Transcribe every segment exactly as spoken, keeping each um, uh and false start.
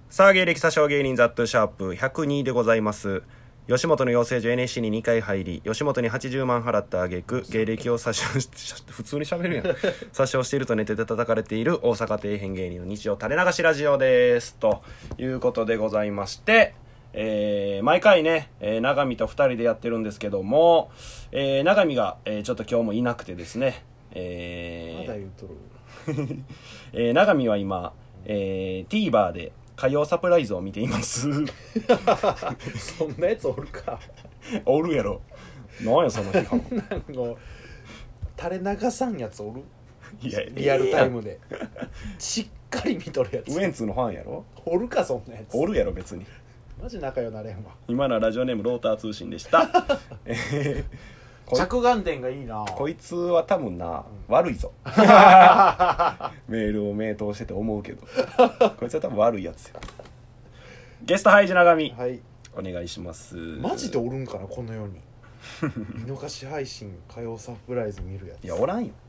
さあ芸歴詐称芸人ザットシャープひゃくにでございます。吉本の養成所 エヌエスシー ににかい入り、吉本にはちじゅうまん払った挙句芸歴を詐称し普通に喋るやん詐称しているとネットで叩かれている大阪底辺芸人の日常垂れ流しラジオですということでございまして、えー、毎回ね、えー、永見とふたりでやってるんですけども、えー、永見が、えー、ちょっと今日もいなくてですね、えー、 まだ言うとるえー、永見は今、えー、TVer で火曜サプライズを見ていますそんなやつおるかおるやろ。なんやその批判なんか垂れ流さんやつおる。 いやリアルタイムでしっかり見とるやつウエンツのファンやろ。 おるかそんなやつ。 おるやろ別に。 マジ仲良なれんわ。 今のはラジオネームローター通信でしたえー着眼点がいいな。 こいつは多分な、うん、悪いぞメールを名答してて思うけどこいつは多分悪いやつよ。ゲストハイジ長見、 はい、 お願いします。 マジでおるんかなこの世に見逃し配信火曜サプライズ見るやつ。 いやおらんよ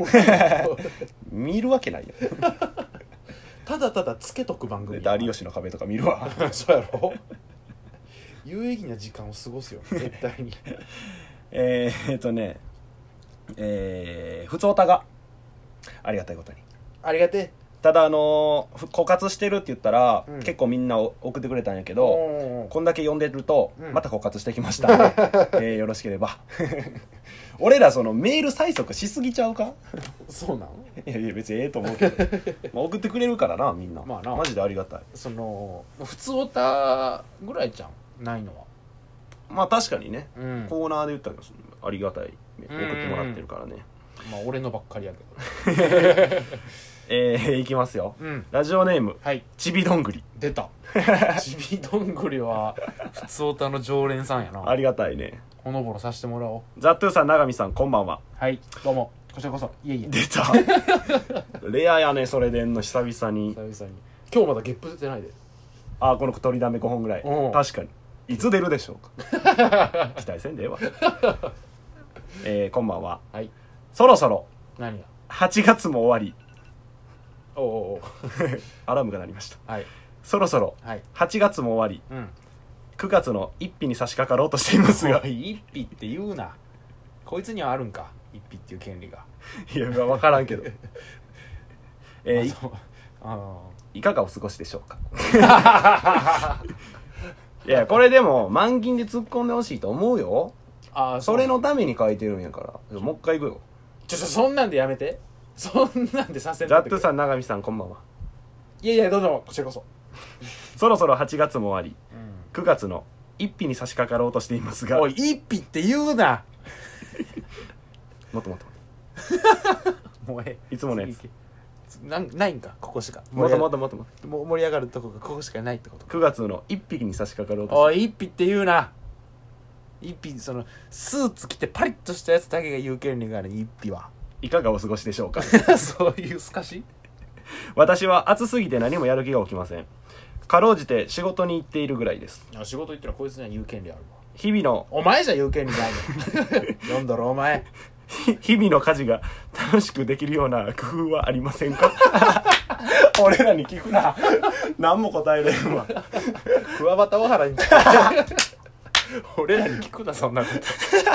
見るわけないよただただつけとく番組。 有吉の壁とか見るわそうやろ有意義な時間を過ごすよ絶対にえーっとねえー、ふつおたがありがたいことにありがて。 ただあのー、枯渇してるって言ったら、うん、結構みんな送ってくれたんやけど、こんだけ読んでると、うん、また枯渇してきました、えー、よろしければ俺らそのメール催促しすぎちゃうかそうなの。 いやいや別にええと思うけどまあ送ってくれるからなみんな、まあ、なマジでありがたい。その普通オタぐらいじゃんないのは。 まあ確かにね、うん、コーナーで言ったらありがたい送ってもらってるからね。 まあ俺のばっかりやけどえー、いきますよ、うん、ラジオネーム、はい、ちびどんぐり。 出たちびどんぐりは普通オタの常連さんやな。 ありがたいね。 ほのぼのさせてもらおう。 ザットゥーさん永見さんこんばんは。 はいどうも。こちらこそ。いえいえ。 出たレアやねそれでんの久々に。 久々に今日まだゲップ出てないで。 あこの取りだめごほんぐらい。確かにいつ出るでしょうか期待せんでええわえー、こんばんは。はい。そろそろ何がはちがつも終わりおうおうアラームが鳴りました。はい。そろそろはちがつも終わり、はい、うん、くがつの一日に差し掛かろうとしていますが一日って言うな。こいつにはあるんか一日っていう権利が。 いや分からんけどえー、い, あいかがお過ごしでしょうかいやこれでも満勤で突っ込んでほしいと思うよ。あそれのために書いてるんやからもう一回行くよ。 ちょっとそんなんでやめて。そんなんでさせんと。ザットゥさん永見さんこんばんは。 いやいやどうぞこちらこそそろそろはちがつも終わり、うん、くがつの一日に差し掛かろうとしていますが。 おい一日って言うなもっともっともうええいつものやつなないんかここしか。 もっともっともっともっと盛り上がるとこがここしかないってこと。 くがつの一日に差し掛かろうとして。おい一日って言うな。一日そのスーツ着てパリッとしたやつだけが言う権利がある。一日はいかがお過ごしでしょうかそういうすかし。 私は暑すぎて何もやる気が起きません。かろうじて仕事に行っているぐらいです。 仕事行ったらこいつには言う権利あるわ。 日々のお前じゃ言う権利ないの読んだろお前日々の家事が楽しくできるような工夫はありませんか俺らに聞くな何も答えれんわ桑畑小原に聞く俺らに聞くなそんなこと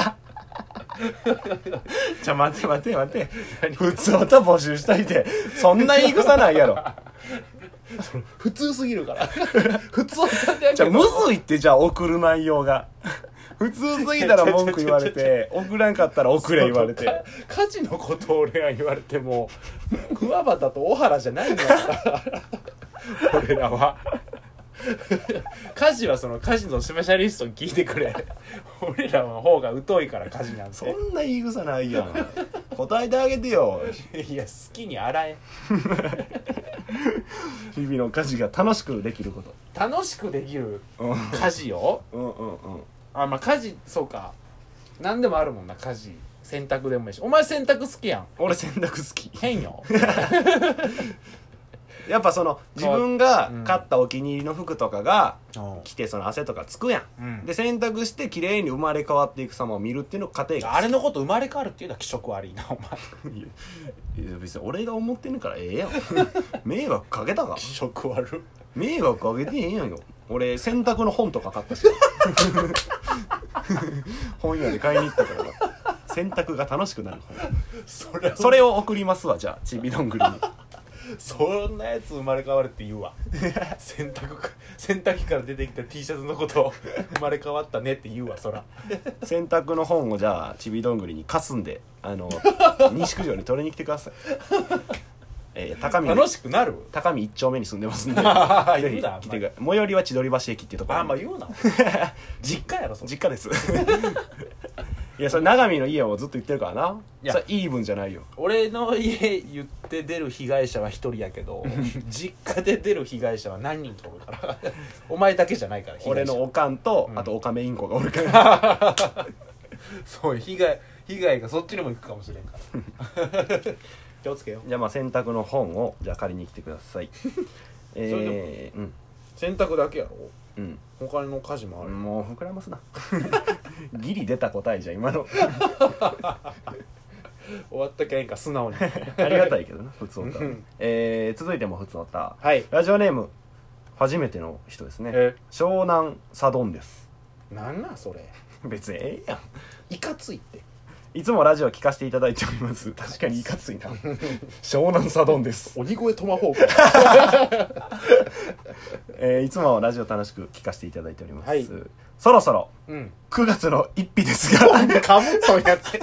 じゃあ待って待って待って普通歌募集したいてそんな言い草ないやろ普通すぎるから普通歌ってやじゃあむずいってじゃあ送る内容が普通すぎたら文句言われて送らんかったら送れ言われて家事のことを俺が言われても桑畑と小原じゃないんだから俺らは家事はその家事のスペシャリストに聞いてくれ俺らの方が疎いから家事なんて。 そんな言い草ないやん答えてあげてよいや好きに洗え日々の家事が楽しくできること。 楽しくできる家事ようんうんうんあまあ家事そうか何でもあるもんな。家事洗濯でもいいし。お前洗濯好きやん。 俺洗濯好き変よやっぱその自分が買ったお気に入りの服とかが着てその汗とかつくやん、うん、で洗濯して綺麗に生まれ変わっていく様を見るっていうのが家庭があれのこと生まれ変わるっていうのは気色悪いなお前いやいや別に俺が思ってんねんからええやん迷惑かけたか気色悪迷惑かけてへんやんよ。俺洗濯の本とか買ったし本屋で買いに行ったから洗濯が楽しくなるそれそれを送りますわ。じゃあちびどんぐりにそんなやつ生まれ変わるって言うわ洗濯か洗濯機から出てきた T シャツのことを生まれ変わったねって言うわ。そら洗濯の本をじゃあちびどんぐりに貸すんで、あの西九条に取りに来てくださいえー、高見楽しくなる高見一丁目に住んでますんでぜひ言うな来てください。最寄りは千鳥橋駅っていうところあんま言うな実家やろそれ。 実家ですいやそれ長見の家をずっと言ってるからな。 いやそれイーブンじゃないよ。 俺の家言って出る被害者は一人やけど実家で出る被害者は何人とおるからお前だけじゃないから。被害者俺のおかんと、 うん、 あとオカメインコがおるからそう被害被害がそっちにも行くかもしれんから気をつけよう。 じゃあまあ洗濯の本をじゃあ借りに来てくださいえー、うん洗濯だけやろ。 うん他の家事もある。 もう膨らますなギリ出た答えじゃん今の終わったけんか素直にありがたいけどな普通歌うんえー、続いても普通歌。 はい。 ラジオネーム初めての人ですね。 え湘南サドンです。 なんなんそれ。 別にええやん。 いかついっていつもラジオ聞かせていただいております。確かにいかついな湘南サドンです、 鬼越トマホークえー、いつもラジオ楽しく聞かせていただいております、 はい、 そろそろうんくがつのついたちですがかぶっとんやって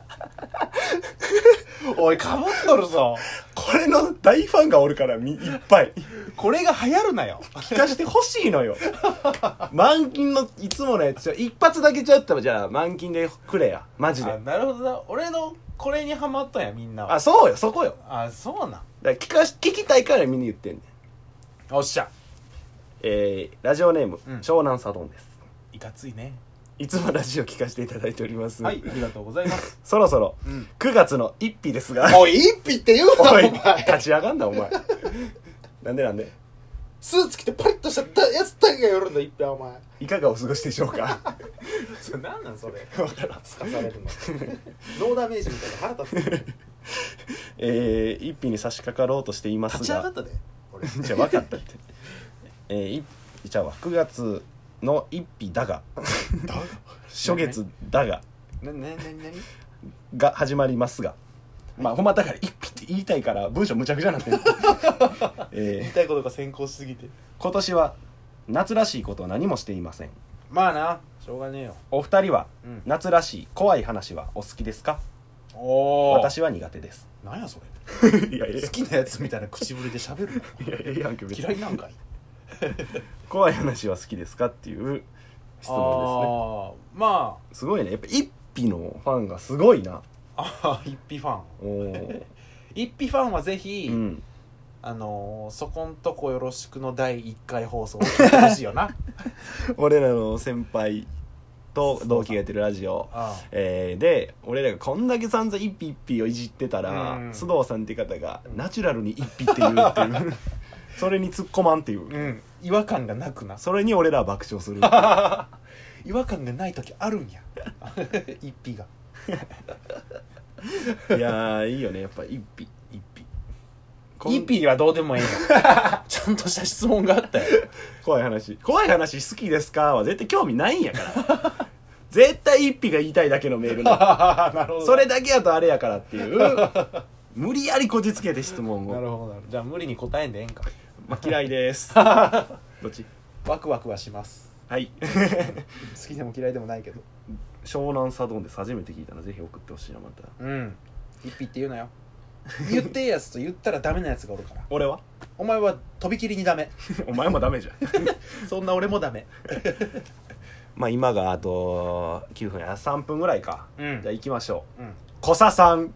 おいかぶっとるぞ。 これの大ファンがおるからみいっぱいこれが流行るなよ聞かせてほしいのよ満金のいつものやつ一発だけちゃったらじゃあ満金でくれやマジで。 あなるほどな。俺のこれにハマったんやみんなは。 あそうよそこよ。 あそうなん。 だから聞かし聞きたいからみんな言ってんねん。 おっしゃ。 えー、ラジオネーム、 うん湘南サドンです。 いかついね。 いつもラジオ聞かせていただいております。 はいありがとうございますそろそろ、 うん、 くがつのついたちですがおい一匹って言うなおおい前立ち上がんなお前なんでなんでスーツ着てパリッとしたやつだけが寄るんだ一匹お前。 いかがお過ごしでしょうかそれなんなんそれ。 わからんすかされるのノーダメージみたいな腹立つえー、一匹に差し掛かろうとしていますが立ち上がったで俺じゃあ分かったってえー、いじゃあくがつのついたちだがだが初月だがななななにが始まりますが、まあほんまだから一匹って言いたいから文章むちゃくちゃになってる、えー、 言いたいことが先行しすぎて。 今年は夏らしいことは何もしていません。 まあなしょうがねえよ。 お二人はうん夏らしい怖い話はお好きですか？ おお私は苦手です。 なんやそれ。 いやいや好きなやつみたいな口ぶりで喋るいやいやいやんけ別に嫌いなんかい。 怖い話は好きですかっていう質問あーまですね。すごいねやっぱ一匹のファンがすごいな。 ああ一匹ファンおー一匹ファンはぜひ、 うんあのー、そこんとこよろしくのだいいっかい放送を聞いてほしいよな俺らの先輩と同期がやってるラジオ、 あえー、で俺らがこんだけ散々一匹一匹をいじってたら、 うん須藤さんって方がナチュラルに一匹って言うっていうそれに突っ込まんっていう、 うん違和感がなくな。 それに俺らは爆笑する違和感がない時あるんや一匹が。 いやーいいよねやっぱ一匹一匹こん一匹はどうでもいいのちゃんとした質問があったよ。 怖い話怖い話好きですかは絶対興味ないんやから絶対一匹が言いたいだけのメールななるほど。 それだけやとあれやからっていう無理やりこじつけて質問を、 なるほどなるほど。じゃあ無理に答えんでええんか。 まあ、嫌いですどっちワクワクはします。 はい好きでも嫌いでもないけど。 湘南サドンです初めて聞いたのぜひ送ってほしいなまたうん一匹って言うなよ。言ってえやつと言ったらダメなやつがおるから。 俺はお前はとびきりにダメお前もダメじゃんそんな俺もダメ。 まあ今があときゅうふんやさんぷんぐらいか、 うんじゃあ行きましょううん小佐さん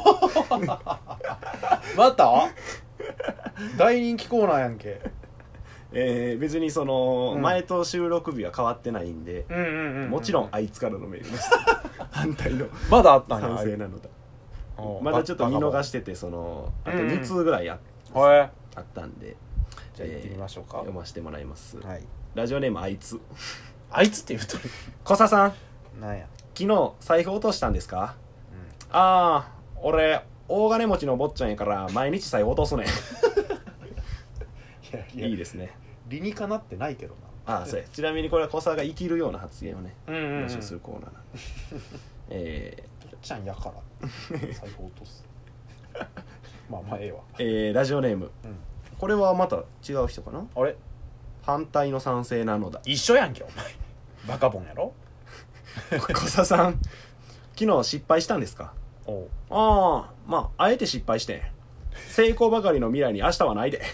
また大人気コーナーやんけ。 えー、別にその、 うん前と収録日は変わってないんで、 うんうんうん、うん、 もちろんあいつからのメールです反対のまだあったんや。 賛成なのだおうまだちょっと見逃しててそのあとに通ぐらいあ,、 はいあったんでじゃあ行ってみましょうか、 読ませてもらいます、 はい。 ラジオネームあいつあいつって言うとる。 小佐さんなんや。 昨日財布落としたんですか？ああ俺大金持ちの坊ちゃんやから毎日財布落とすねいやいやいいですね理にかなってないけどな。 ああそうや。ちなみにこれは小沢が生きるような発言をねうんうんうん募集するコーナーなんでえとっちゃんやから財布落とすまあまあええわ。 ー、えー、ラジオネーム、 うん、 これはまた違う人かな。 あれ反対の賛成なのだ。 一緒やんけお前バカボンやろ。 小沢さん昨日失敗したんですか。 おうああまああえて失敗して成功ばかりの未来に明日はないで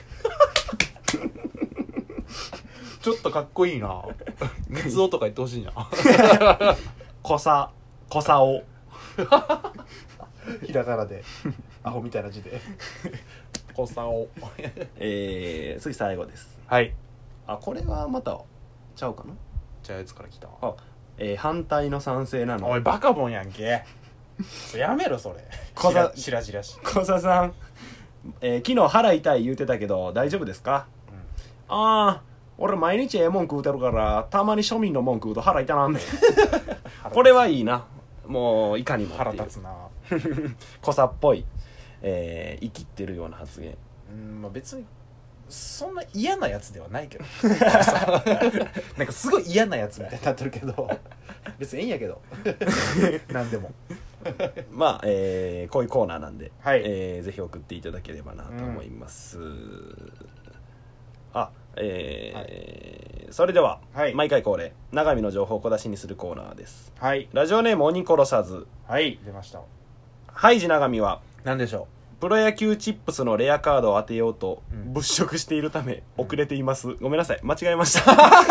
ちょっとかっこいいな。三つおとか言ってほしいな。 小さ小さおひらがなでアホみたいな字で小さおえー、次最後です。 はい。 あこれはまたちゃうかな。 じゃあやつから来た。 あ、えー、反対の賛成なの。 おいバカボンやんけ。やめろそれ。 小さしらじらし。 小沢さん、えー、昨日腹痛い言うてたけど大丈夫ですか。うん、ああ俺毎日ええもん食うてるからたまに庶民のもん食うと腹痛なんねんこれはいいな。もういかにも腹立つな。 小さっぽい、えー、生きってるような発言。 うんまあ別にそんな嫌なやつではないけどなんかすごい嫌なやつみたいになってるけど別にいいんやけどなんでもまあ、えー、こういうコーナーなんで、 はいえー、ぜひ送っていただければなと思います、うん、あえーはい、それでは、はい、毎回恒例長見の情報を小出しにするコーナーです。 はい。 ラジオネーム鬼殺さず。 はい出ました。 ハイジ長見は何でしょう。プロ野球チップスのレアカードを当てようと物色しているため遅れています、うん、ごめんなさい間違えました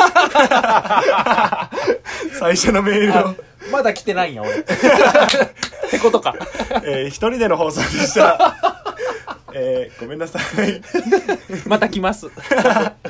最初のメールをまだ来てないんや俺ってことか、 えー、一人での放送でしたえー、ごめんなさいまた来ます